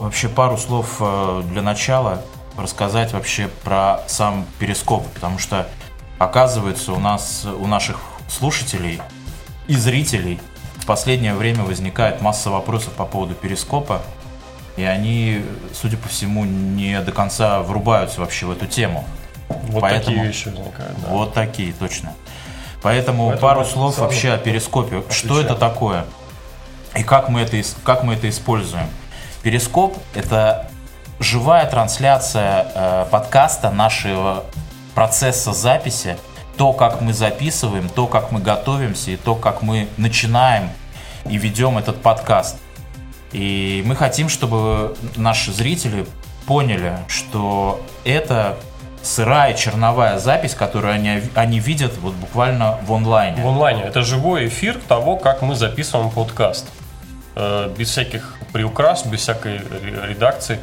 вообще пару слов для начала рассказать вообще про сам Перископ, потому что, оказывается, у наших слушателей и зрителей в последнее время возникает масса вопросов по поводу Перископа, и они, судя по всему, не до конца врубаются вообще в эту тему. Такие вещи возникают. Да. Вот такие, точно. Поэтому пару слов вообще о Перископе. Отвечаю. Что это такое? И как мы это используем? Перископ — это живая трансляция подкаста, нашего процесса записи, то, как мы записываем, то, как мы готовимся, и то, как мы начинаем и ведем этот подкаст. И мы хотим, чтобы наши зрители поняли, что это сырая черновая запись, которую они видят вот буквально в онлайне. В онлайне. Это живой эфир того, как мы записываем подкаст. Без всяких приукрас, без всякой редакции.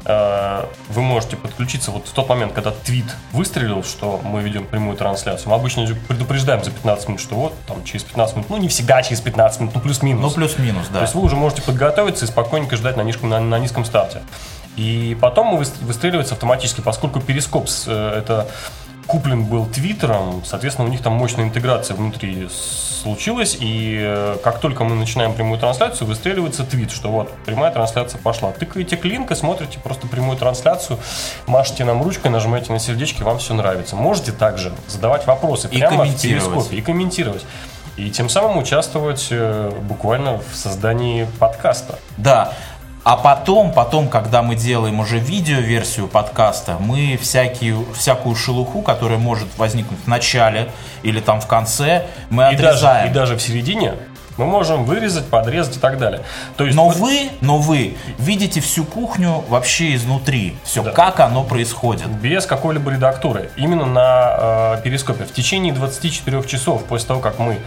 Вы можете подключиться вот в тот момент, когда твит выстрелил, что мы ведем прямую трансляцию. Мы обычно предупреждаем за 15 минут, что вот там через 15 минут, не всегда через 15 минут, плюс-минус. Плюс-минус, да. То есть вы уже можете подготовиться и спокойненько ждать на низком старте. И потом выстреливается автоматически, поскольку Перископ это куплен был Твиттером, соответственно, у них там мощная интеграция внутри случилась, и как только мы начинаем прямую трансляцию, выстреливается твит, что вот, прямая трансляция пошла. Тыкаете клинк и смотрите просто прямую трансляцию, машете нам ручкой, нажимаете на сердечки, вам все нравится. Можете также задавать вопросы прямо в Перископе и комментировать. И тем самым участвовать буквально в создании подкаста. Да. А потом, когда мы делаем уже видео-версию подкаста, мы всякую шелуху, которая может возникнуть в начале или там в конце, мы отрезаем. И даже в середине мы можем вырезать, подрезать и так далее. То есть но вы видите всю кухню вообще изнутри, все, да. Как оно происходит. Без какой-либо редактуры. Именно на Перископе. В течение 24 часов после того, как мы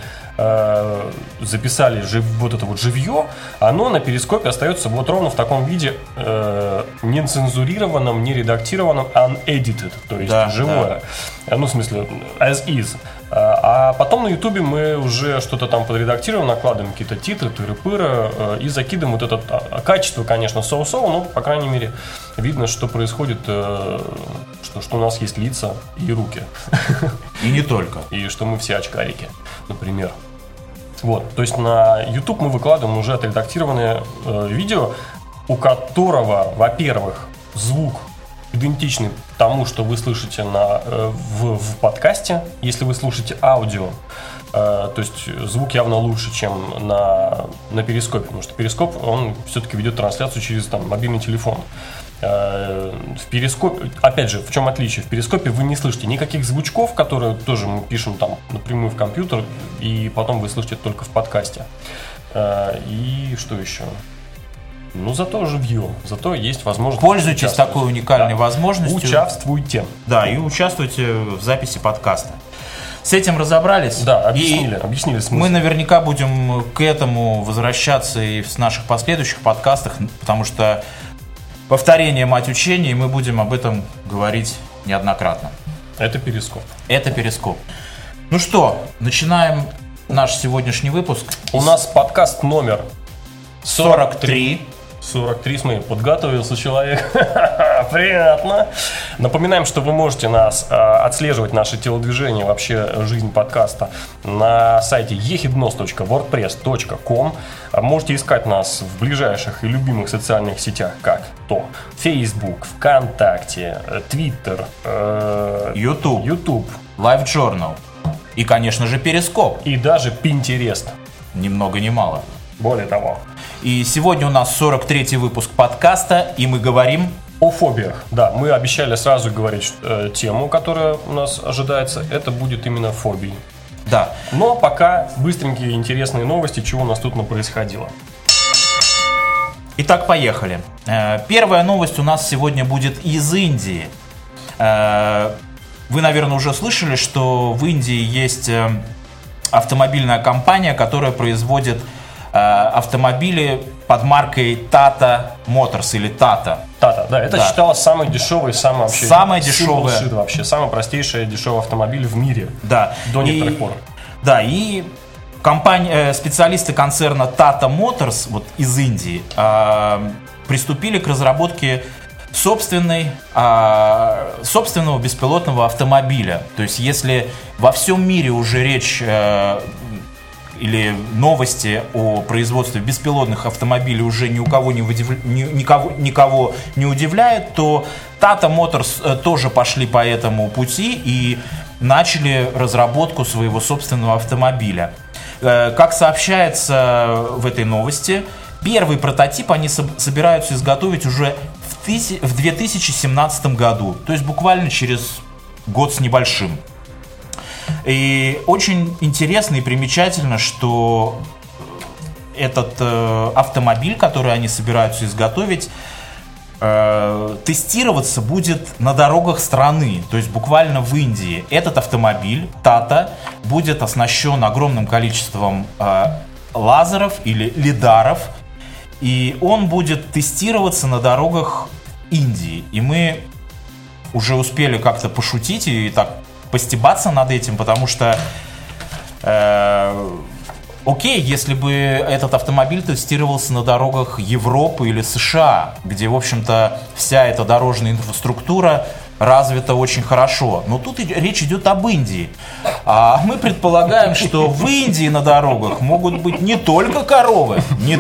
записали вот это вот живье, оно на Перископе остается вот ровно в таком виде, не цензурированном, не редактированном, unedited, то есть живое. Да. Ну, в смысле, as is. А потом на Ютубе мы уже что-то там подредактируем, накладываем какие-то титры, тыры-пыры и закидываем вот это качество, конечно, соу-соу, но, по крайней мере, видно, что происходит, что у нас есть лица и руки. И не только. И что мы все очкарики, например. Вот, то есть на YouTube мы выкладываем уже отредактированное видео, у которого, во-первых, звук идентичный тому, что вы слышите в подкасте, если вы слушаете аудио. То есть звук явно лучше, чем на Перископе, потому что Перископ, он все-таки ведет трансляцию через мобильный телефон. В Перископе, опять же, в чем отличие? В Перископе вы не слышите никаких звучков, которые тоже мы пишем там напрямую в компьютер, и потом вы слышите только в подкасте. И что еще? Ну, зато живье, зато есть возможность. Пользуйтесь такой уникальной возможностью. Участвуйте. Да, и участвуйте в записи подкаста. С этим разобрались. Да, объяснили смысл. Мы наверняка будем к этому возвращаться и в наших последующих подкастах, потому что повторение — мать учения, и мы будем об этом говорить неоднократно. Это Перископ. Это Перископ. Ну что, начинаем наш сегодняшний выпуск. У нас подкаст номер 43. 43, смотри, подготовился человек. Приятно. Напоминаем, что вы можете нас отслеживать, наши телодвижения, вообще жизнь подкаста на сайте ehidnos.wordpress.com. Можете искать нас в ближайших и любимых социальных сетях, как то Facebook, ВКонтакте, Twitter, YouTube, LiveJournal и, конечно же, Перископ. И даже Pinterest. Ни много ни мало. Более того. И сегодня у нас 43-й выпуск подкаста, и мы говорим о фобиях. Да, мы обещали сразу говорить тему, которая у нас ожидается. Это будет именно фобии. Да. Но пока быстренькие интересные новости, чего у нас тут происходило. Итак, поехали. Первая новость у нас сегодня будет из Индии. Вы, наверное, уже слышали, что в Индии есть автомобильная компания, которая производит автомобили под маркой Tata Motors или Tata. Tata, да, это считалось самой дешевой, самой дешевая, вообще, самый простейший дешевый автомобиль в мире. Да. До некоторых пор. Да, и специалисты концерна Tata Motors вот из Индии приступили к разработке собственного беспилотного автомобиля. То есть, если во всем мире уже речь или новости о производстве беспилотных автомобилей уже никого не удивляют, то Tata Motors тоже пошли по этому пути и начали разработку своего собственного автомобиля. Как сообщается в этой новости, первый прототип они собираются изготовить уже в 2017 году, то есть буквально через год с небольшим. И очень интересно и примечательно, что этот автомобиль, который они собираются изготовить, тестироваться будет на дорогах страны, то есть буквально в Индии. Этот автомобиль Tata будет оснащен огромным количеством лазеров или лидаров, и он будет тестироваться на дорогах Индии. И мы уже успели как-то пошутить и так постебаться над этим, потому что окей, если бы этот автомобиль тестировался на дорогах Европы или США, где, в общем-то, вся эта дорожная инфраструктура развита очень хорошо. Но тут речь идет об Индии. А мы предполагаем, что в Индии на дорогах могут быть не только коровы.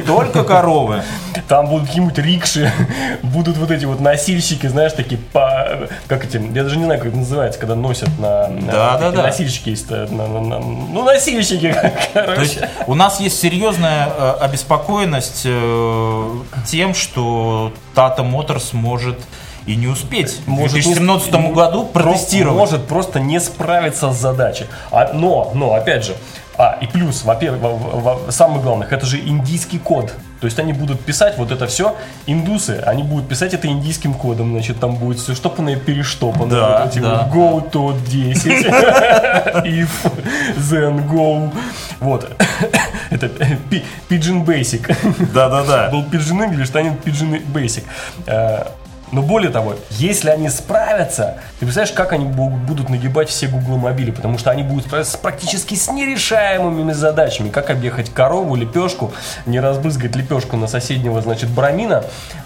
Там будут какие-нибудь рикши, будут вот эти вот носильщики, знаешь, такие, как эти, я даже не знаю, как это называется, когда носят на носильщики есть, носильщики, короче. То есть у нас есть серьезная обеспокоенность тем, что Tata Motors может и не успеть в 2017 году протестировать. Может просто не справиться с задачей. Но опять же, и плюс, во-первых, самое главное, это же индийский код. То есть они будут писать вот это все, индусы, они будут писать это индийским кодом. Значит, там будет все штопанное, перештопанное. Да, вот go to 10, if, then go. Вот. Это Pidgin Basic. Да. Был Pidgin English, станет Pidgin Basic. Но более того, если они справятся, ты представляешь, как они будут нагибать все Google мобили, потому что они будут справляться практически с нерешаемыми задачами, как объехать корову, лепешку, не разбрызгать лепешку на соседнего, значит, брамина,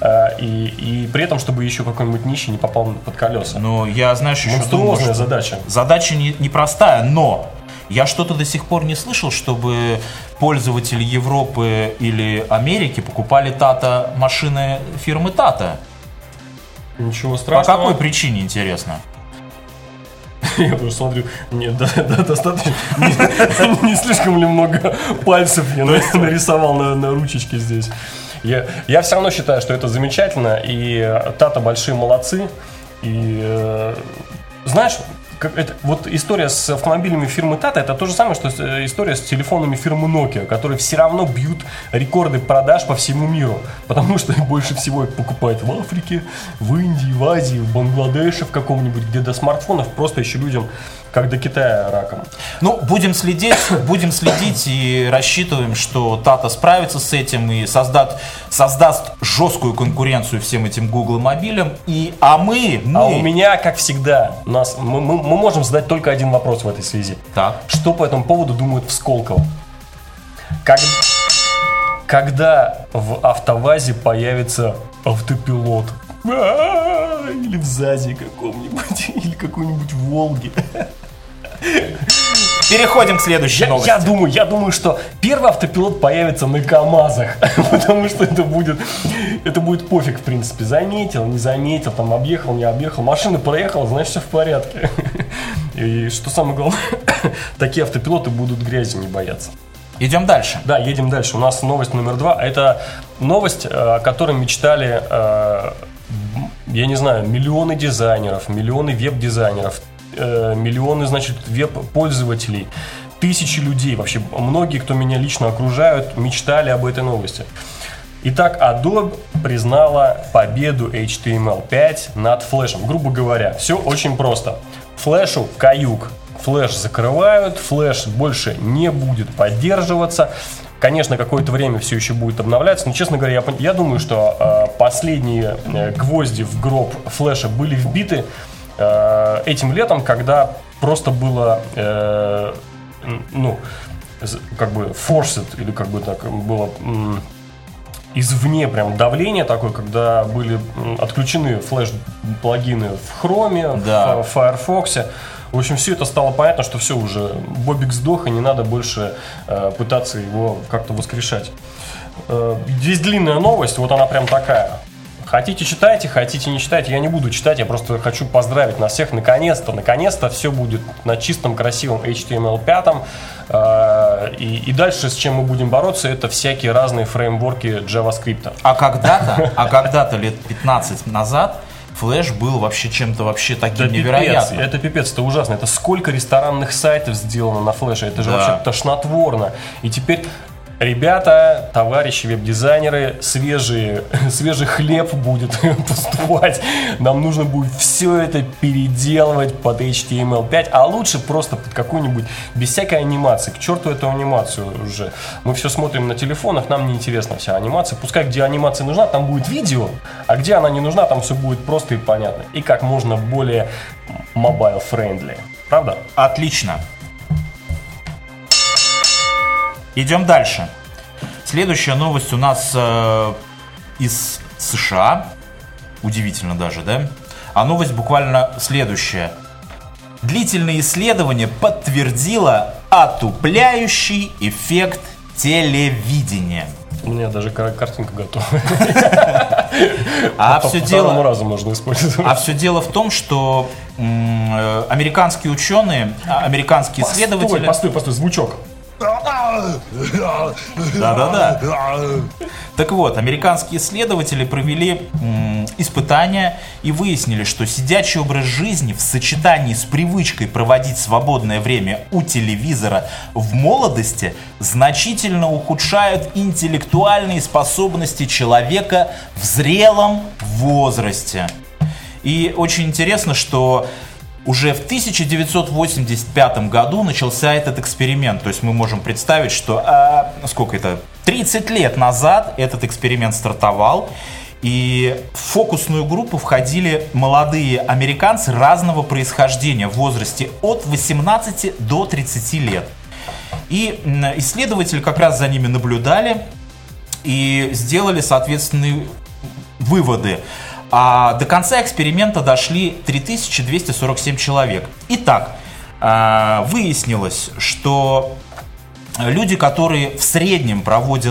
и при этом, чтобы еще какой-нибудь нищий не попал под колеса. Ну, я, знаешь, еще монструозная задача. Задача непростая, но я что-то до сих пор не слышал, чтобы пользователи Европы или Америки покупали Tata машины фирмы Tata. Ничего страшного. По какой причине, интересно? Я просто смотрю, достаточно, не слишком ли много пальцев я нарисовал на ручечке здесь. Я все равно считаю, что это замечательно, и Tata большие молодцы. И знаешь, вот история с автомобилями фирмы Tata — это то же самое, что история с телефонами фирмы Nokia, которые все равно бьют рекорды продаж по всему миру, потому что больше всего их покупают в Африке, в Индии, в Азии, в Бангладеше в каком-нибудь, где до смартфонов просто еще людям как до Китая раком. Ну, будем следить и рассчитываем, что Tata справится с этим и создаст жесткую конкуренцию всем этим Google мобилям. А у меня, как всегда, мы можем задать только один вопрос в этой связи. Так. Что по этому поводу думают в Сколково? Когда в АвтоВАЗе появится автопилот? Или в ЗАЗе каком-нибудь, или какой-нибудь в Волге. Переходим к следующей новости. Я думаю, что первый автопилот появится на КамАЗах, потому что это будет пофиг, в принципе. Заметил, не заметил, там объехал, не объехал, машина проехала, значит, все в порядке. И что самое главное, такие автопилоты будут грязи не бояться. Идем дальше. Да, едем дальше. У нас новость номер 2. Это новость, о которой мечтали, я не знаю, миллионы дизайнеров, миллионы веб-дизайнеров, миллионы, значит, веб-пользователей, тысячи людей. Вообще, многие, кто меня лично окружают, мечтали об этой новости. Итак, Adobe признала победу HTML5 над флешем. Грубо говоря, все очень просто. Флешу каюк. Флэш закрывают, флэш больше не будет поддерживаться. Конечно, какое-то время все еще будет обновляться, но, честно говоря, я думаю, что последние гвозди в гроб флэша были вбиты этим летом, когда просто было, как бы forced, или как бы так было извне прям давление такое, когда были отключены флеш-плагины в Chrome, Да. в Firefox. В общем, все это стало понятно, что все уже, Бобик сдох, и не надо больше пытаться его как-то воскрешать. Здесь длинная новость, вот она прям такая. Хотите читайте, хотите не читайте, я не буду читать, я просто хочу поздравить нас всех, наконец-то все будет на чистом, красивом HTML5, и дальше с чем мы будем бороться, это всякие разные фреймворки JavaScript. А когда-то лет 15 назад Флэш был вообще чем-то вообще таким невероятным. Это пипец, это ужасно. Это сколько ресторанных сайтов сделано на Флэше, это же вообще тошнотворно. И теперь... Ребята, товарищи веб-дизайнеры, свежий хлеб будет поступать. Нам нужно будет все это переделывать под HTML5, а лучше просто под какую-нибудь, без всякой анимации. К черту эту анимацию уже. Мы все смотрим на телефонах, нам не интересна вся анимация. Пускай где анимация нужна, там будет видео, а где она не нужна, там все будет просто и понятно. И как можно более mobile-friendly. Правда? Отлично. Идем дальше. Следующая новость у нас из США. Удивительно даже, да? А новость буквально следующая. Длительное исследование подтвердило отупляющий эффект телевидения. У меня даже картинка готова. А все дело... разу можно использовать. А все дело в том, что американские ученые, американские исследователи... Постой, звучок. Да. Так вот, американские исследователи провели испытания и выяснили, что сидячий образ жизни в сочетании с привычкой проводить свободное время у телевизора в молодости значительно ухудшают интеллектуальные способности человека в зрелом возрасте. И очень интересно, что уже в 1985 году начался этот эксперимент. То есть мы можем представить, что 30 лет назад этот эксперимент стартовал. И в фокусную группу входили молодые американцы разного происхождения в возрасте от 18 до 30 лет. И исследователи как раз за ними наблюдали и сделали соответственные выводы. А до конца эксперимента дошли 3247 человек. Итак, выяснилось, что люди, которые в среднем проводят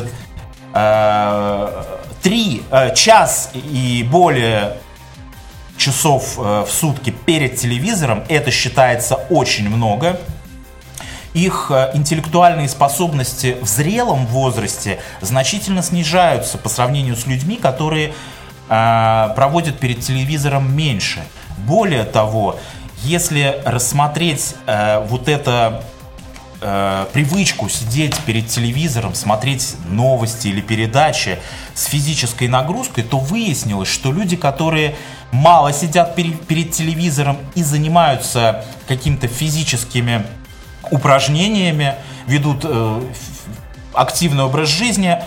час и более часов в сутки перед телевизором, это считается очень много. Их интеллектуальные способности в зрелом возрасте значительно снижаются по сравнению с людьми, которые проводят перед телевизором меньше. Более того, если рассмотреть вот эту привычку сидеть перед телевизором, смотреть новости или передачи с физической нагрузкой, то выяснилось, что люди, которые мало сидят перед телевизором и занимаются какими-то физическими упражнениями, ведут активный образ жизни,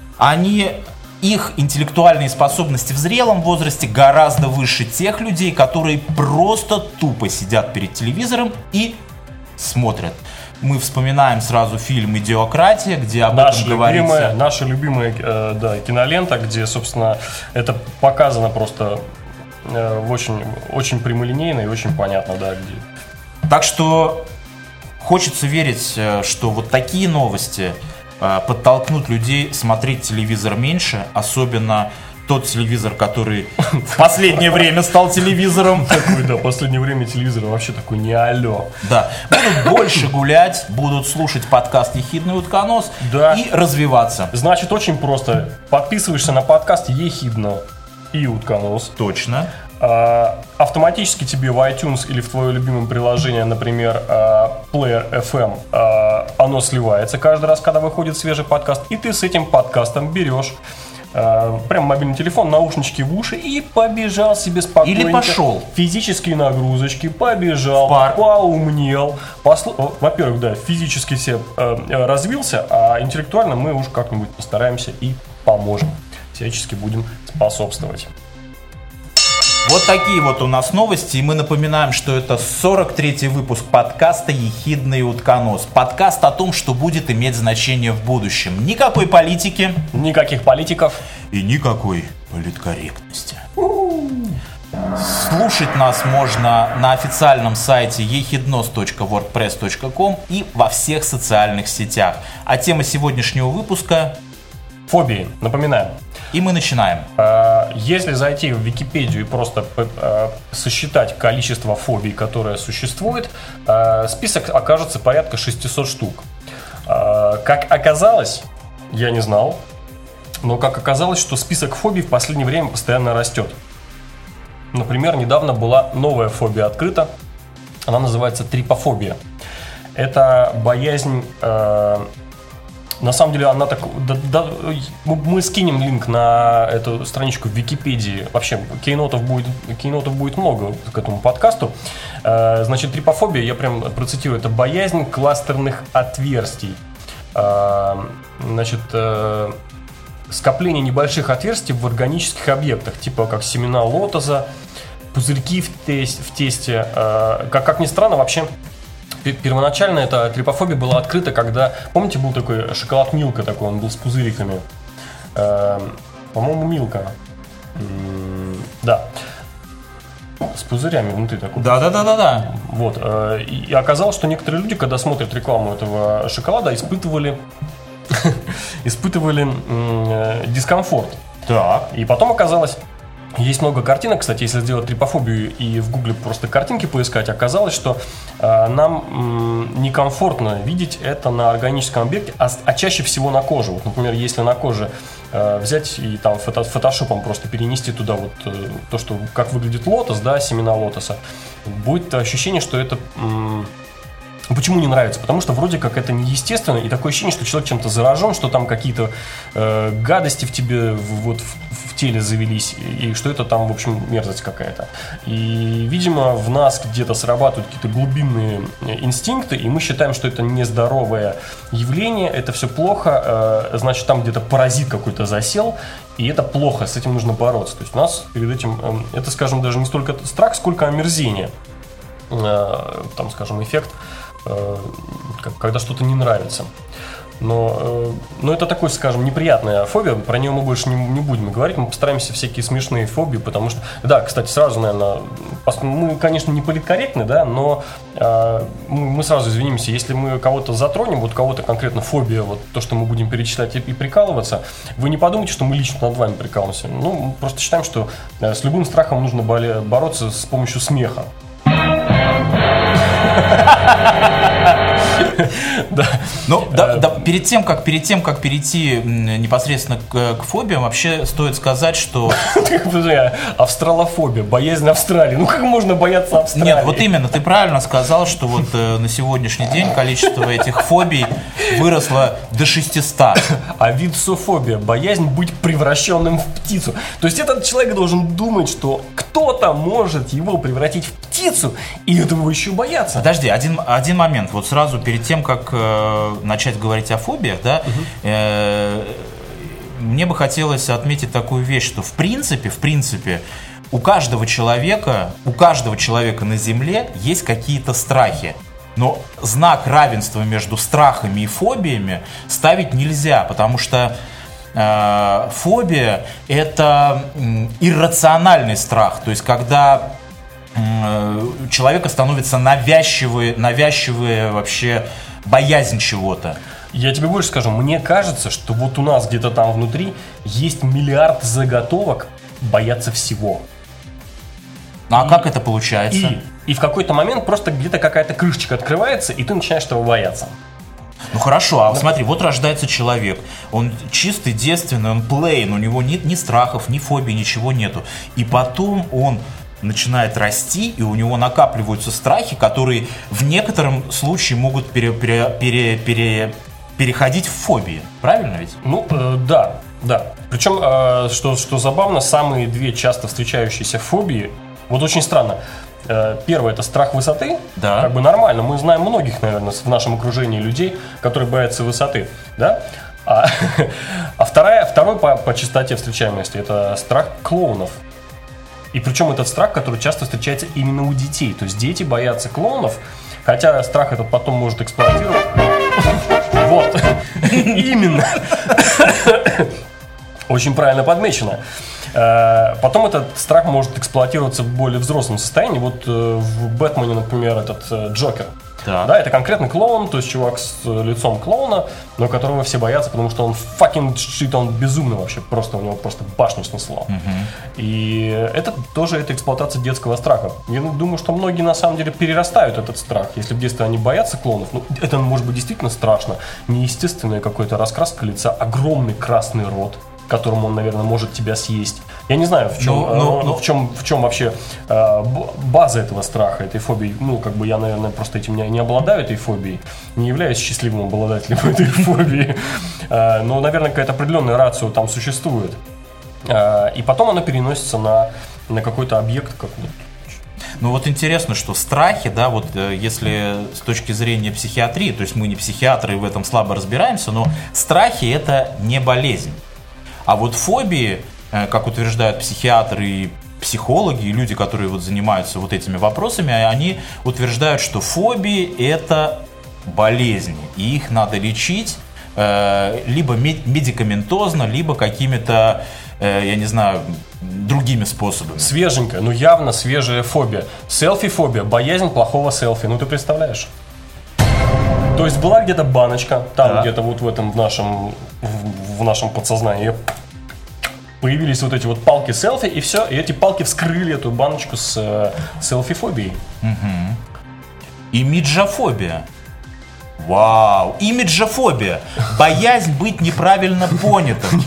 их интеллектуальные способности в зрелом возрасте гораздо выше тех людей, которые просто тупо сидят перед телевизором и смотрят. Мы вспоминаем сразу фильм «Идиократия», где об этом говорится. Наша любимая кинолента, где, собственно, это показано просто очень, очень прямолинейно и очень понятно, да, где. Так что хочется верить, что вот такие новости подтолкнут людей смотреть телевизор меньше, особенно тот телевизор, который в последнее время стал телевизором. Такой, да, в последнее время телевизор вообще такой не алё. Да, будут больше гулять, будут слушать подкаст «Ехидный утконос» и развиваться. Значит, очень просто. Подписываешься на подкаст «Ехидно» и «Утконос». Точно. Автоматически тебе в iTunes или в твое любимое приложение, например, Player FM, оно сливается каждый раз, когда выходит свежий подкаст, и ты с этим подкастом берешь прям мобильный телефон, наушнички в уши и побежал себе спокойненько. Или пошел. Физические нагрузочки, побежал, поумнел. Во-первых, да, физически все развился, а интеллектуально мы уж как-нибудь постараемся и поможем. Всячески будем способствовать. Вот такие вот у нас новости, и мы напоминаем, что это 43-й выпуск подкаста «Ехидный утконос». Подкаст о том, что будет иметь значение в будущем. Никакой политики. Никаких политиков. И никакой политкорректности. Слушать нас можно на официальном сайте ехиднос.wordpress.com и во всех социальных сетях. А тема сегодняшнего выпуска — фобии, напоминаем. И мы начинаем. Если зайти в Википедию и просто сосчитать количество фобий, которые существует, список окажется порядка 600 штук. Как оказалось, я не знал, но как оказалось, что список фобий в последнее время постоянно растет. Например, недавно была новая фобия открыта. Она называется трипофобия. Это боязнь... На самом деле, она так... мы скинем линк на эту страничку в Википедии. Вообще, кейнотов будет много к этому подкасту. Значит, трипофобия, я прям процитирую, это боязнь кластерных отверстий. Значит, скопление небольших отверстий в органических объектах, типа как семена лотоса, пузырьки в тесте. Как ни странно, вообще... Первоначально эта трипофобия была открыта, когда, помните, был такой шоколад Милка, такой, он был с пузыриками, по-моему, Милка, да, с пузырями внутри такой. Да. Вот, и оказалось, что некоторые люди, когда смотрят рекламу этого шоколада, испытывали дискомфорт. Так. И потом оказалось... Есть много картинок, кстати, если сделать трипофобию и в гугле просто картинки поискать, оказалось, что нам некомфортно видеть это на органическом объекте, а чаще всего на коже. Вот, например, если на коже взять и там фотошопом просто перенести туда вот то, что как выглядит лотос, да, семена лотоса, будет ощущение, что это... Почему не нравится? Потому что вроде как это неестественно, и такое ощущение, что человек чем-то заражен, что там какие-то гадости в тебе вот в теле завелись, и что это там, в общем, мерзость какая-то. И, видимо, в нас где-то срабатывают какие-то глубинные инстинкты, и мы считаем, что это нездоровое явление, это все плохо, значит, там где-то паразит какой-то засел, и это плохо, с этим нужно бороться. То есть у нас перед этим, это, скажем, даже не столько страх, сколько омерзение. Там, скажем, эффект, когда что-то не нравится. Но это такой, скажем, неприятная фобия. Про нее мы больше не будем говорить. Мы постараемся всякие смешные фобии, потому что... Да, кстати, сразу, наверное, мы, конечно, не политкорректны, да, но мы сразу извинимся, если мы кого-то затронем, вот кого-то конкретно фобия, вот то, что мы будем перечислять и прикалываться, вы не подумайте, что мы лично над вами прикалываемся. Ну, мы просто считаем, что с любым страхом нужно бороться с помощью смеха. Да. Ну, да, перед тем, как перейти непосредственно к фобиям, вообще стоит сказать, что... Австралофобия, боязнь Австралии. Ну, как можно бояться Австралии? Нет, вот именно, ты правильно сказал, что вот на сегодняшний день количество этих фобий выросло до 600. А вицофобия, боязнь быть превращенным в птицу. То есть этот человек должен думать, что кто-то может его превратить в птицу, и этого еще бояться. Подожди, один момент. Вот сразу перед тем, как начать говорить о фобиях, да, мне бы хотелось отметить такую вещь, что в принципе, у каждого человека на Земле есть какие-то страхи. Но знак равенства между страхами и фобиями ставить нельзя, потому что фобия – это иррациональный страх. То есть, когда человека становится навязчивая вообще боязнь чего-то. Я тебе больше скажу, мне кажется, что вот у нас где-то там внутри есть миллиард заготовок бояться всего. А как это получается? И в какой-то момент просто где-то какая-то крышечка открывается, и ты начинаешь этого бояться. Ну хорошо, а смотри, вот рождается человек, он чистый, девственный, он плейн, у него нет ни страхов, ни фобий, ничего нету. И потом он начинает расти, и у него накапливаются страхи, которые в некотором случае могут переходить в фобии. Правильно ведь? Ну, да. Причем, что забавно, самые две часто встречающиеся фобии, вот очень странно. Первое – это страх высоты. Да. Как бы нормально. Мы знаем многих, наверное, в нашем окружении людей, которые боятся высоты. Да? А второй по частоте встречаемости – это страх клоунов. И причем этот страх, который часто встречается именно у детей. То есть дети боятся клоунов, хотя страх этот потом может эксплуатировать. Вот, именно. Очень правильно подмечено. Потом этот страх может эксплуатироваться в более взрослом состоянии. Вот в «Бэтмене», например, этот Джокер. Да, это конкретно клоун, то есть чувак с лицом клоуна, но которого все боятся, потому что он fucking shit, он безумный вообще, просто у него просто башню снесло. И это тоже эксплуатация детского страха. Я думаю, что многие на самом деле перерастают этот страх. Если в детстве они боятся клоунов, ну это может быть действительно страшно. Неестественная какая-то раскраска лица, огромный красный рот, которым он, наверное, может тебя съесть. Я не знаю, в чем вообще база этого страха, этой фобии. Ну, как бы я, наверное, просто этим не обладаю, этой фобией. Не являюсь счастливым обладателем этой фобии. Но, наверное, какая-то определенная рацио там существует. И потом она переносится на какой-то объект, как вот. Ну вот интересно, что страхи, да, вот если с точки зрения психиатрии, то есть мы не психиатры и в этом слабо разбираемся, но страхи — это не болезнь. А вот фобии, как утверждают психиатры и психологи, и люди, которые вот занимаются вот этими вопросами, они утверждают, что фобии — это болезни, и их надо лечить либо медикаментозно, либо какими-то, я не знаю, другими способами. Свеженькая, ну явно свежая фобия. Селфи-фобия, боязнь плохого селфи. Ну ты представляешь? То есть была где-то баночка, там где-то вот в этом в нашем подсознании появились вот эти вот палки селфи, и все, и эти палки вскрыли эту баночку с селфи-фобией. Имиджофобия. Вау, имиджофобия. Боязнь быть неправильно понятым.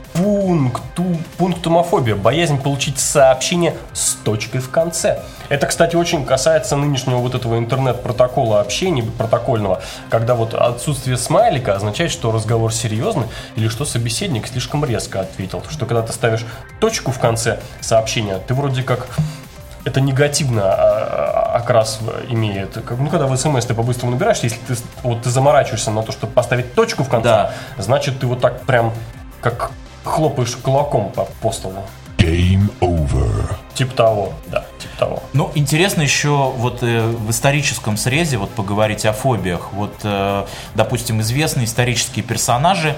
Пунктумофобия. Боязнь получить сообщение с точкой в конце. Это, кстати, очень касается нынешнего вот этого интернет-протокола общения, протокольного, когда вот отсутствие смайлика означает, что разговор серьезный или что собеседник слишком резко ответил. Что когда ты ставишь точку в конце сообщения, ты вроде как... Это негативно окрас имеет. Ну, когда в СМС ты по-быстрому набираешь, если ты заморачиваешься на то, чтобы поставить точку в конце, значит, ты вот так прям как хлопаешь кулаком по столу. Game over. Типа того, да, типа того. Ну, интересно еще вот в историческом срезе вот поговорить о фобиях. Вот, допустим, известные исторические персонажи,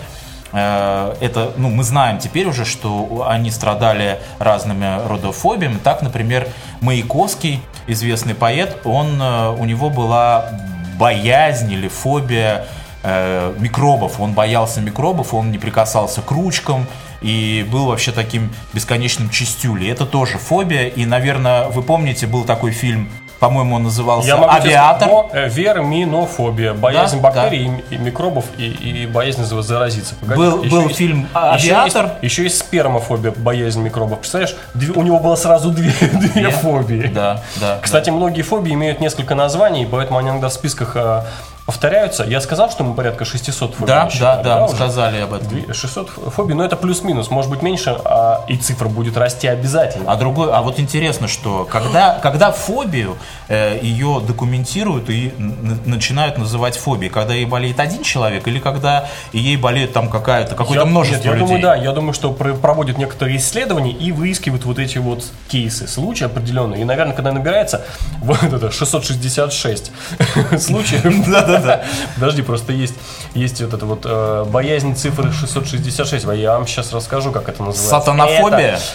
это, ну, мы знаем теперь уже, что они страдали разными родофобиями. Так, например, Маяковский, известный поэт, у него была боязнь или фобия микробов. Он боялся микробов, он не прикасался к ручкам и был вообще таким бесконечным чистюлей. Это тоже фобия. И, наверное, вы помните, был такой фильм, по-моему, он назывался «Авиатор». Верминофобия. Боязнь бактерий и микробов и боязнь заразиться. Был фильм «Авиатор». Еще есть спермофобия, боязнь микробов. Представляешь, у него было сразу две фобии. Да. Кстати, многие фобии имеют несколько названий, поэтому они иногда в списках повторяются. Я сказал, что мы порядка 600 фобий. Да, мы сказали об этом. 600 фобий, но это плюс-минус. Может быть меньше, и цифра будет расти обязательно. А вот интересно, что когда фобию ее документируют и начинают называть фобией, когда ей болеет один человек или когда ей болеет там какое-то множество людей? Я думаю, что проводят некоторые исследования и выискивают вот эти вот кейсы, случаи определенные. И, наверное, когда набирается вот это 666 случаев. Да. Подожди, просто есть вот это вот боязнь цифры 666. Я вам сейчас расскажу, как это называется. Сатанофобия? Это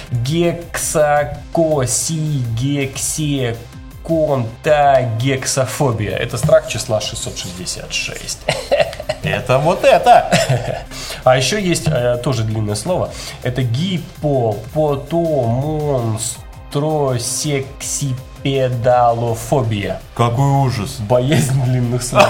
гексакосигексиконтагексофобия. Это страх числа 666. Это вот это. А еще есть тоже длинное слово. Это гипопотомонстросексипедалофобия. Какой ужас. Боязнь длинных слов.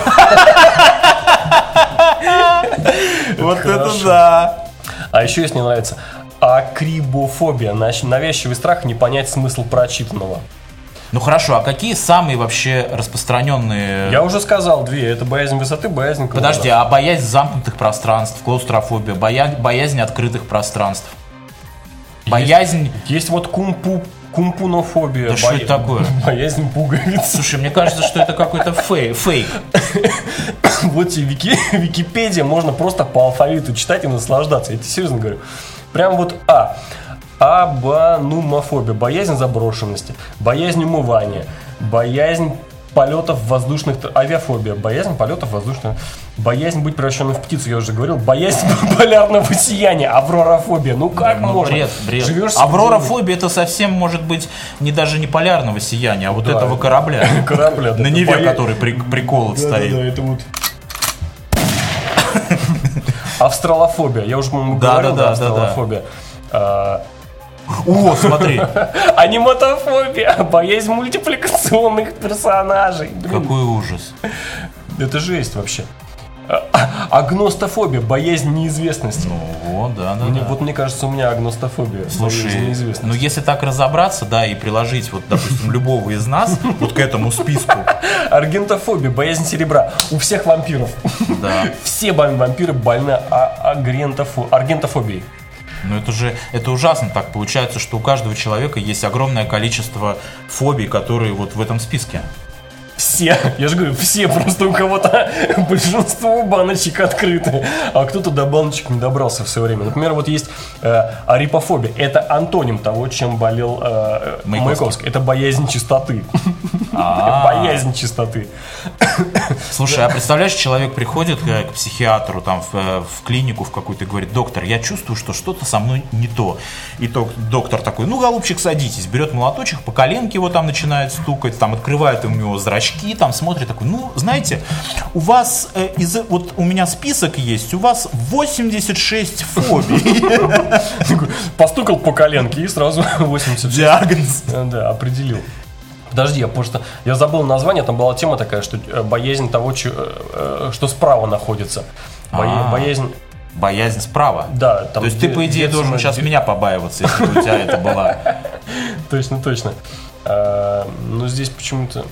Вот это да. А еще, если не нравится, акрибофобия. Навязчивый страх не понять смысл прочитанного. Ну хорошо, а какие самые вообще распространенные... Я уже сказал две. Это боязнь высоты, боязнь клоунов. Подожди, а боязнь замкнутых пространств, клаустрофобия, боязнь открытых пространств? Боязнь... Есть вот кумпунофобия. Да что это такое? Боязнь пуговиц. Слушай, мне кажется, что это какой-то фейк. Вот тебе Википедия, можно просто по алфавиту читать и наслаждаться. Я тебе серьезно говорю. Прям вот Абанумофобия, боязнь заброшенности, боязнь умывания, боязнь полетов воздушных... Авиафобия, боязнь полетов воздушных... Боязнь быть превращенным в птицу, я уже говорил. Боязнь полярного сияния, авророфобия. Ну как можно? Бред. Авророфобия это совсем может быть даже не полярного сияния, а вот этого корабля. На Неве, который приколот стоит. Да, это вот... Австралофобия. Я уже, по-моему, говорил, австралофобия. О, смотри. Аниматофобия. Боязнь мультипликационных персонажей. Какой ужас. Это жесть вообще. Агностофобия, боязнь неизвестности. Мне кажется, у меня агностофобия. Слушай, ну если так разобраться, да, и приложить, вот, допустим, любого из нас вот к этому списку. Аргентофобия, боязнь серебра. У всех вампиров. Да. Все вампиры больны аргентофобией. Ну это ужасно так получается, что у каждого человека есть огромное количество фобий, которые вот в этом списке. Все, я же говорю, все, просто у кого-то большинство баночек открыты, а кто-то до баночек не добрался в свое время. Например, вот есть арипофобия, это антоним того, чем болел Маяковский. Это боязнь чистоты. Боязнь чистоты. Слушай, а представляешь, человек приходит к психиатру, там, в клинику в какую-то и говорит: доктор, я чувствую, что что-то со мной не то. И доктор такой: ну, голубчик, садитесь, берет молоточек, по коленке его там начинает стукать, там открывает у него зрачки, там смотрит, такой: ну, знаете, у вас, вот у меня список есть, у вас 86 фобий. Постукал по коленке и сразу 86. Диагноз. Да, определил. Подожди, я забыл название, там была тема такая, что боязнь того, что справа находится. Боязнь справа? Да. То есть ты, по идее, должен сейчас меня побаиваться, если бы у тебя это была. Точно. Но здесь почему-то...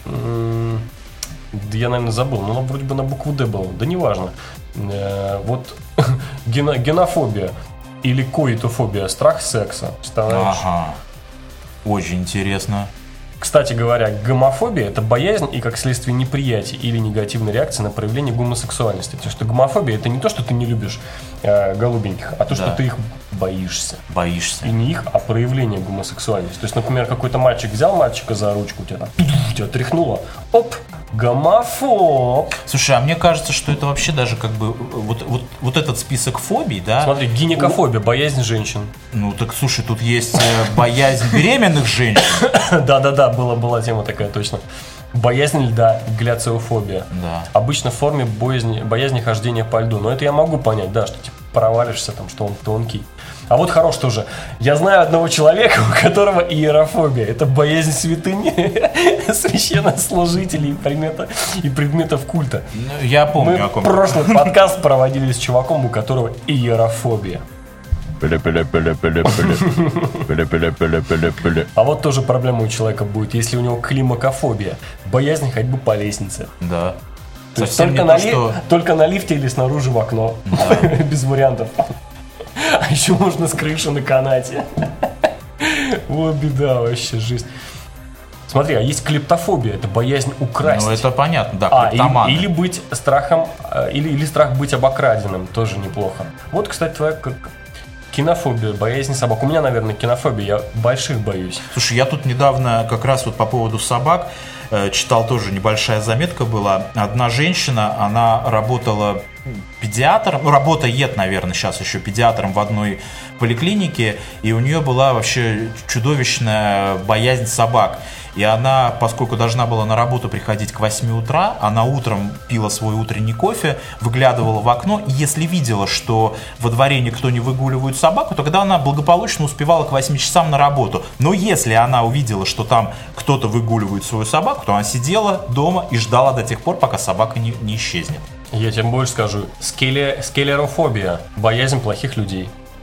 Я, наверное, забыл. Но вроде бы на букву «Д» было. Да неважно. Вот генофобия или коитофобия. Страх секса. Представляешь? Ага. Очень интересно. Кстати говоря, гомофобия – это боязнь и, как следствие, неприятие или негативная реакция на проявление гомосексуальности. То, что гомофобия – это не то, что ты не любишь голубеньких, а то, что ты их боишься. И не их, а проявление гомосексуальности. То есть, например, какой-то мальчик взял мальчика за ручку, тебя тряхнуло, оп, гомофоб. Слушай, а мне кажется, что это вообще даже как бы вот этот список фобий, да? Смотри, гинекофобия, боязнь женщин. Ну так, слушай, тут есть боязнь беременных женщин. Да, была тема такая, точно. Боязнь льда, гляциофобия. Да. Обычно в форме боязни хождения по льду. Но это я могу понять, да, что типа провалишься, там, что он тонкий. А вот хорош тоже. Я знаю одного человека, у которого иерофобия. Это боязнь святыни, священнослужителей и предметов культа. Я помню, о ком. Мы прошлый подкаст проводили с чуваком, у которого иерофобия. А вот тоже проблема у человека будет, если у него климакофобия. Боязнь ходьбы по лестнице. Да. То есть только на лифте или снаружи в окно. Да. Без вариантов. А еще можно с крыши на канате. Вот беда вообще, жизнь. Смотри, а есть клептофобия, это боязнь украсть. Ну это понятно, да, клептоман. Или быть страхом, или страх быть обокраденным, тоже неплохо. Вот, кстати, твоя кинофобия, боязнь собак. У меня, наверное, кинофобия, я больших боюсь. Слушай, я тут недавно как раз вот по поводу собак читал, тоже небольшая заметка была. Одна женщина, она работала педиатром, работает, наверное, сейчас еще педиатром в одной поликлинике, и у нее была вообще чудовищная боязнь собак. И она, поскольку должна была на работу приходить к 8 утра, она утром пила свой утренний кофе, выглядывала в окно, и если видела, что во дворе никто не выгуливает собаку, то тогда она благополучно успевала к 8 часам на работу. Но если она увидела, что там кто-то выгуливает свою собаку, то она сидела дома и ждала до тех пор, пока собака не исчезнет. Я тебе больше скажу. Скелерофобия. Боязнь плохих людей.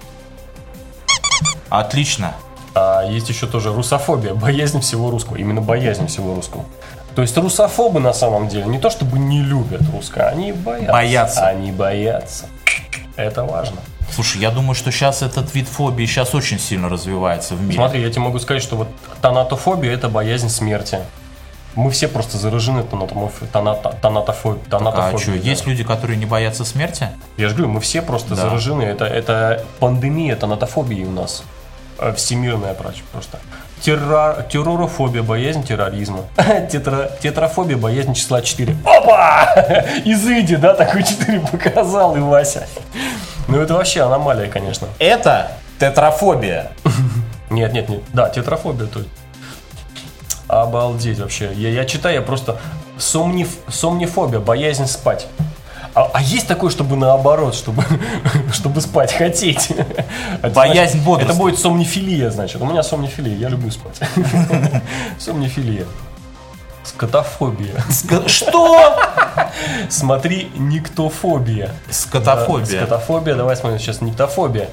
Отлично. А есть еще тоже русофобия. Боязнь всего русского. Именно боязнь всего русского. То есть русофобы на самом деле не то чтобы не любят русское, они боятся. Они боятся. Это важно. Слушай, я думаю, что сейчас этот вид фобии сейчас очень сильно развивается в мире. Смотри, я тебе могу сказать, что вот тонатофобия – это боязнь смерти. Мы все просто заражены тонатофобией. А что, есть люди, которые не боятся смерти? Я же говорю, мы все просто заражены. Это пандемия тонатофобии у нас. всемирная просто. Терророфобия, боязнь терроризма. Тетрафобия, боязнь числа 4. Опа! Изыди, да, такой 4 показал и Вася. Ну это вообще аномалия, конечно. Это тетрафобия. Нет. Да, тетрафобия тут. Обалдеть вообще. Я читаю, я просто... Сомнифобия, боязнь спать. А есть такое, чтобы наоборот, чтобы спать хотеть? Боязнь бодрствовать. Это будет сомнифилия, значит. У меня сомнифилия, я люблю спать. Сомнифилия. Скотофобия. Что? Смотри, никтофобия. Скотофобия. Скотофобия, давай смотрим сейчас. Никтофобия.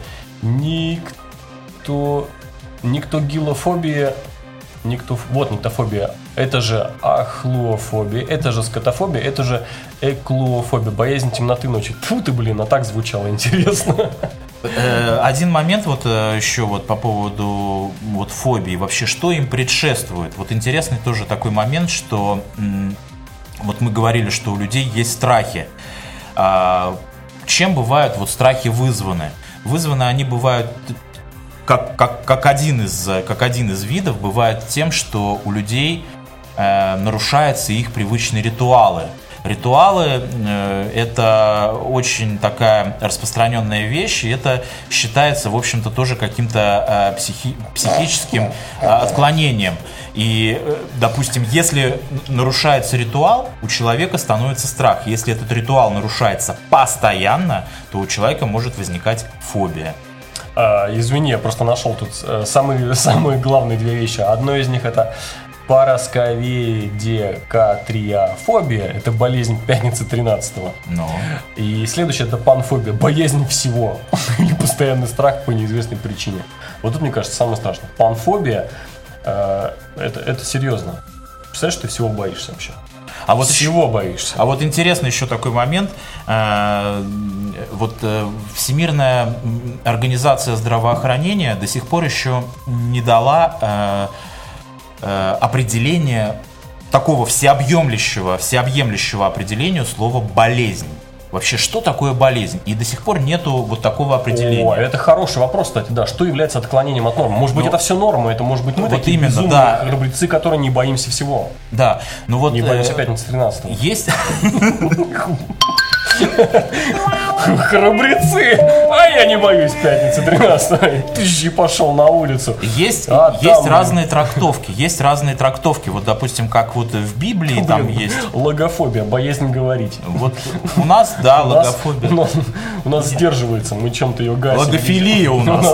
Никтогилофобия. Вот никтофобия. Это же ахлофобия. Это же скотофобия. Это же эклофобия. Боязнь темноты ночи. Фу ты, блин, а так звучало интересно. Один момент вот еще вот по поводу вот фобии. Вообще, что им предшествует? Вот интересный тоже такой момент, что вот мы говорили, что у людей есть страхи. Чем бывают вот страхи вызваны? Вызваны они бывают... Как один из видов бывает тем, что у людей нарушаются их привычные ритуалы. Ритуалы это очень такая распространенная вещь, и это считается, в общем-то, тоже каким-то психическим отклонением. И, допустим, если нарушается ритуал, у человека становится страх. Если этот ритуал нарушается постоянно, то у человека может возникать фобия. Извини, я просто нашел тут самые главные две вещи. Одно из них это парасковедекатриофобия. Это болезнь пятницы 13-го. И следующее это панфобия. Боязнь всего. Или постоянный страх по неизвестной причине. Вот тут, мне кажется, самое страшное. Панфобия это серьезно. Представляешь, ты всего боишься вообще. А вот всего боишься. А вот интересный еще такой момент. Вот Всемирная организация здравоохранения до сих пор еще не дала определения такого всеобъемлющего определения слова болезнь. Вообще, что такое болезнь? И до сих пор нету вот такого определения. О, это хороший вопрос, кстати, да. Что является отклонением от нормы? Может быть, это все норма, это может быть мы вот такие именно, безумные да. храбрецы, которые не боимся всего. Да, ну вот... Не боимся пятницы 13-го. Есть... Храбрецы! А я не боюсь пятницы 13-го. Ты пошел на улицу. Есть разные трактовки. Есть разные трактовки. Вот, допустим, как вот в Библии там есть... Логофобия, боязнь говорить. Вот у нас, да, логофобия. У нас сдерживается, мы чем-то ее гасим. Логофилия у нас.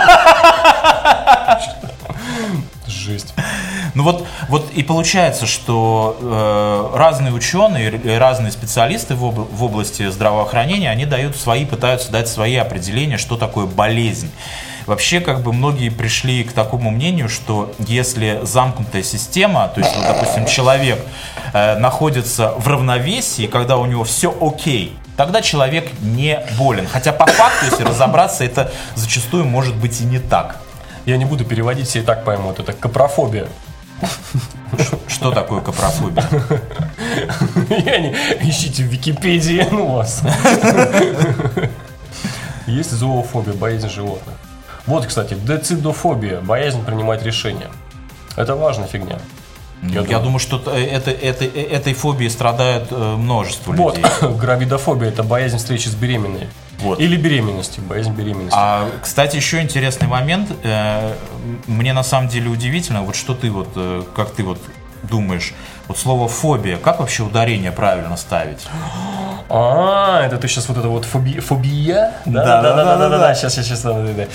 Жесть. Ну вот и получается, что разные ученые, разные специалисты в области здравоохранения, они пытаются дать свои определения, что такое болезнь. Вообще, как бы многие пришли к такому мнению, что если замкнутая система, то есть, вот, допустим, человек находится в равновесии, когда у него все окей, тогда человек не болен. Хотя по факту, если разобраться, это зачастую может быть и не так. Я не буду переводить, все и так поймут. Это капрофобия. Что такое капрофобия? Ищите в Википедии, ну вас. Есть зоофобия, боязнь животных. Вот, кстати, децидофобия, боязнь принимать решения. Это важная фигня. Я думаю, что этой фобией страдают множество людей. Вот, гравидофобия – это боязнь встречи с беременной. Вот. Или беременности, боязнь беременности. Кстати, еще интересный момент. Мне на самом деле удивительно, вот что ты вот, как ты вот думаешь, вот слово фобия, как вообще ударение правильно ставить? Это ты сейчас вот это вот фобия? Да. Сейчас.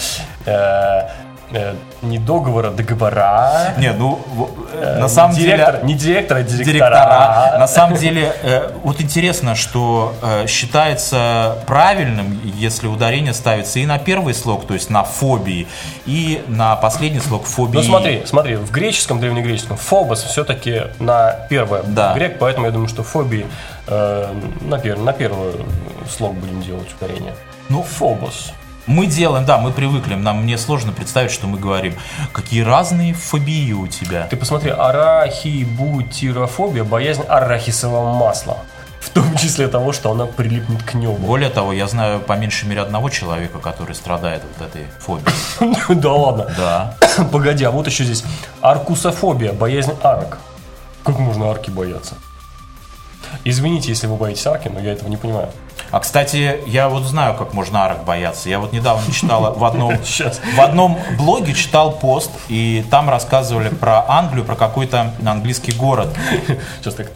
Не договора, договора. Не, ну на самом деле не директора, директора. На самом деле, вот интересно, что считается правильным, если ударение ставится и на первый слог, то есть на фобии, и на последний слог фобии. Ну смотри, в греческом, древнегреческом фобос все-таки на первое грек, поэтому я думаю, что фобии на первый слог будем делать ударение. Ну, фобос. Мы делаем, да, мы привыкли, мне сложно представить, что мы говорим. Какие разные фобии у тебя. Ты посмотри, арахибутирофобия, боязнь арахисового масла. В том числе того, что она прилипнет к небу. Более того, я знаю по меньшей мере одного человека, который страдает вот этой фобией. Да ладно. Да. Погоди, а вот еще здесь аркусофобия, боязнь арок. Как можно арки бояться? Извините, если вы боитесь арки, но я этого не понимаю. А, кстати, я вот знаю, как можно арок бояться. Я вот недавно читал в одном блоге читал пост, и там рассказывали про Англию, про какой-то английский город. Сейчас так.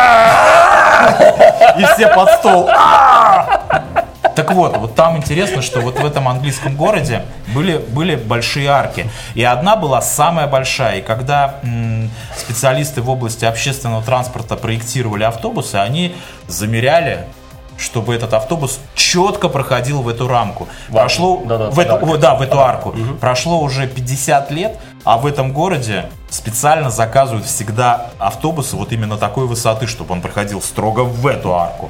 И все под стол. Так вот там интересно, что вот в этом английском городе были большие арки. И одна была самая большая. И когда специалисты в области общественного транспорта проектировали автобусы, они замеряли, чтобы этот автобус четко проходил в эту рамку. В эту арку. Прошло уже 50 лет, а в этом городе специально заказывают всегда автобусы вот именно такой высоты, чтобы он проходил строго в эту арку.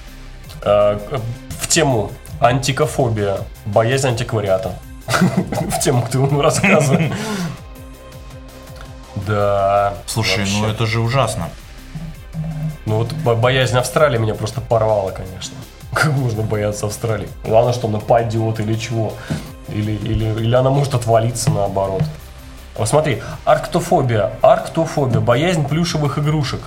В тему антикофобия, боязнь антиквариата. В тему, кто ему рассказывает. Да. Слушай, ну это же ужасно. Ну вот боязнь Австралии меня просто порвала, конечно. Как можно бояться Австралии? Ладно, что нападет или чего. Или она может отвалиться наоборот. Вот смотри, арктофобия, боязнь плюшевых игрушек.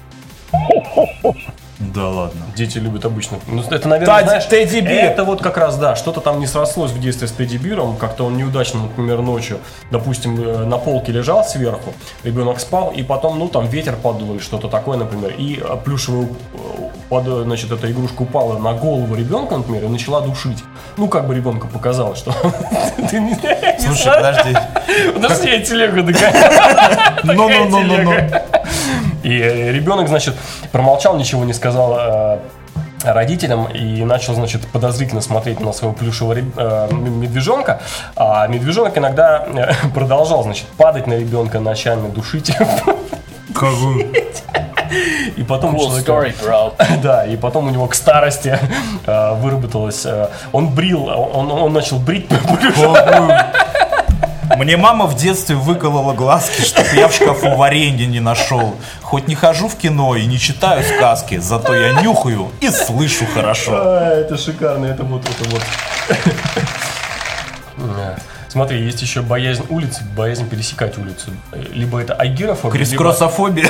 Да ладно. Дети любят обычно. Ну, это, наверное, знаешь, Тедди Бир. Это вот как раз, да, что-то там не срослось в детстве с Тедди Биром. Как-то он неудачно, например, ночью, допустим, на полке лежал сверху, ребенок спал, и потом, ну, там ветер подул или что-то такое, например, и плюшевая, значит, эта игрушка упала на голову ребенка, например, и начала душить. Ну, как бы ребенку показалось, что... Слушай, подожди. Подожди, я телегу догоняю. Ну. И ребенок, значит, промолчал, ничего не сказал родителям и начал, значит, подозрительно смотреть на своего плюшевого медвежонка. А медвежонок иногда продолжал, значит, падать на ребенка ночами, душить его. И потом да, и потом у него к старости выработалось. Он начал брить. Мне мама в детстве выколола глазки, чтобы я в шкафу варенье не нашел. Хоть не хожу в кино и не читаю сказки, зато я нюхаю и слышу хорошо. Это шикарно, это вот. Смотри, есть еще боязнь улицы, боязнь пересекать улицу. Либо это агирофобия, крис-кроссофобия.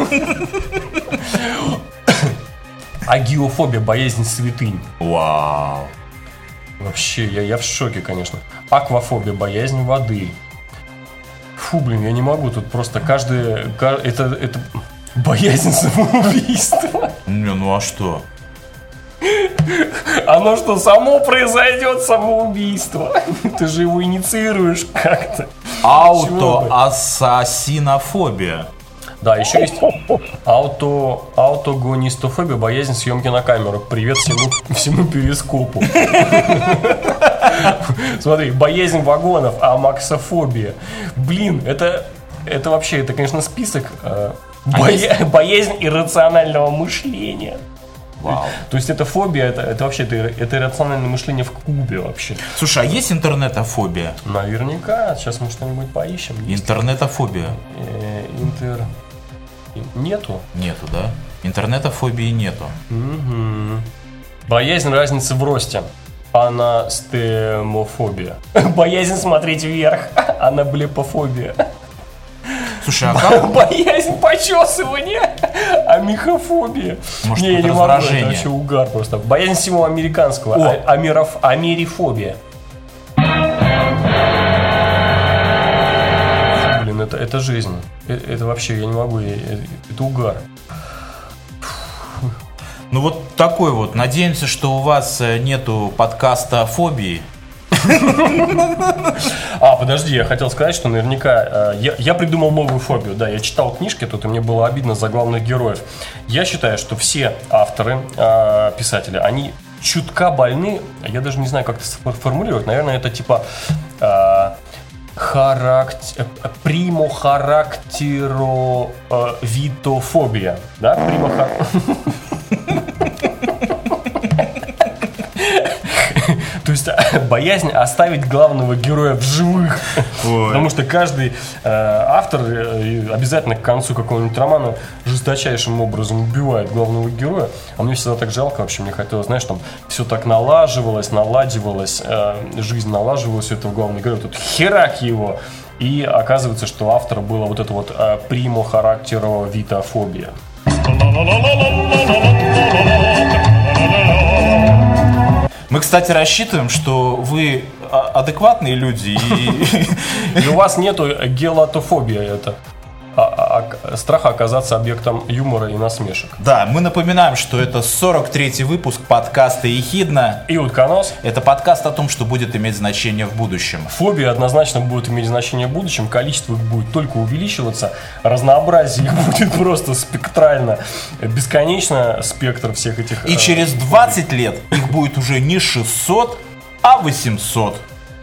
Агиофобия, боязнь святынь. Вау. Вообще, я в шоке, конечно. Аквафобия, боязнь воды. Фу, блин, я не могу. Тут просто это боязнь самоубийства. Не, ну а что? Оно что, само произойдет, самоубийство? Ты же его инициируешь как-то. Аутоассасинофобия. Да, еще есть аутогонистофобия, боязнь съемки на камеру. Привет всему перископу. Смотри, боязнь вагонов, амаксофобия. Блин, это вообще, это, конечно, список. Боязнь иррационального мышления. Вау. То есть это фобия, это вообще это иррациональное мышление в кубе вообще. Слушай, а есть интернетофобия? Наверняка. Сейчас мы что-нибудь поищем. Интернетофобия. Нету. Нету, да? Интернетофобии нету. Угу. Боязнь разницы в росте. Анастемофобия. Боязнь смотреть вверх. Анаблепофобия. Слушай, а как? Боязнь почесывания. Амихофобия. Может, не, это не могу, раздражение. это вообще угар просто. Боязнь всего американского. Америфобия. Блин, это жизнь. Это вообще, я не могу, это угар. Ну вот такой вот. Надеемся, что у вас нету подкаста фобии. Подожди, я хотел сказать, что наверняка я придумал новую фобию. Да, я читал книжки тут, и мне было обидно за главных героев. Я считаю, что все авторы, писатели, они чутка больны. Я даже не знаю, как это сформулировать. Наверное, это типа примохарактеровитофобия. Да? То есть боязнь оставить главного героя в живых. Потому что каждый автор обязательно к концу какого-нибудь романа жесточайшим образом убивает главного героя. А мне всегда так жалко вообще. Мне хотелось, знаешь, там все так наладивалось, жизнь налаживалась у этого главного героя. Тут херак его. И оказывается, что у автора было вот это вот примо характеро витофобия. Мы, кстати, рассчитываем, что вы адекватные люди и у вас нету гелатофобия, это страха оказаться объектом юмора и насмешек. Да, мы напоминаем, что это 43-й выпуск подкаста «Ехидна» и «Утконос». Это подкаст о том, что будет иметь значение в будущем. Фобии однозначно будут иметь значение в будущем, количество их будет только увеличиваться, разнообразие их будет просто спектрально, бесконечно спектр всех этих. И через 20 лет их будет уже не 600, а 800.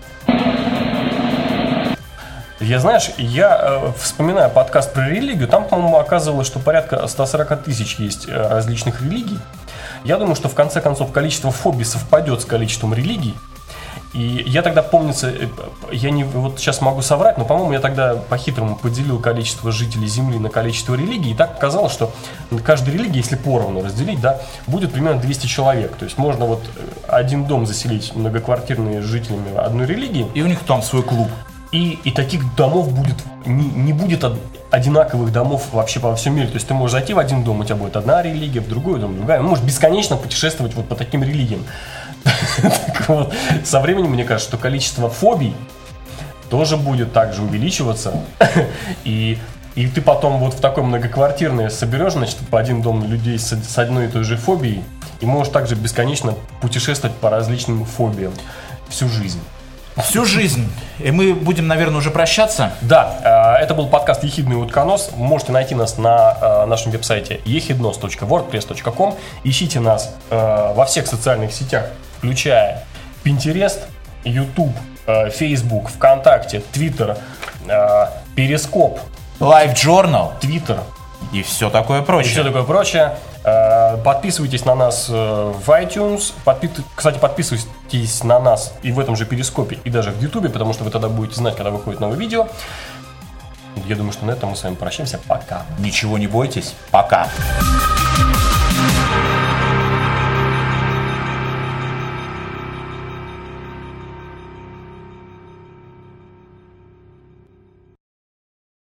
Я вспоминаю подкаст про религию, там, по-моему, оказывалось, что порядка 140 тысяч есть различных религий. Я думаю, что в конце концов количество фобий совпадет с количеством религий. И я тогда, помнится, вот сейчас могу соврать, но, по-моему, я тогда по-хитрому поделил количество жителей Земли на количество религий. И так оказалось, что каждой религии, если поровну разделить, да, будет примерно 200 человек. То есть можно вот один дом заселить многоквартирными жителями одной религии. И у них там свой клуб. И таких домов будет не будет одинаковых домов вообще по всему миру. То есть ты можешь зайти в один дом, у тебя будет одна религия, в другой дом другая. Можешь бесконечно путешествовать вот по таким религиям. Так вот, со временем, мне кажется, что количество фобий тоже будет также увеличиваться. И ты потом вот в такой многоквартирной соберешь, значит, по один дом людей с одной и той же фобией, и можешь также бесконечно путешествовать по различным фобиям всю жизнь. Всю жизнь. И мы будем, наверное, уже прощаться. Да, это был подкаст «Ехидный утконос». Вы можете найти нас на нашем веб-сайте ехиднос.wordpress.com. Ищите нас во всех социальных сетях, включая Pinterest, YouTube, Facebook, ВКонтакте, Twitter, Перископ, LiveJournal, Twitter и все такое прочее. Подписывайтесь на нас в iTunes. Кстати, подписывайтесь на нас и в этом же Перископе, и даже в YouTube, потому что вы тогда будете знать, когда выходит новое видео. Я думаю, что на этом мы с вами прощаемся. Пока. Ничего не бойтесь. Пока.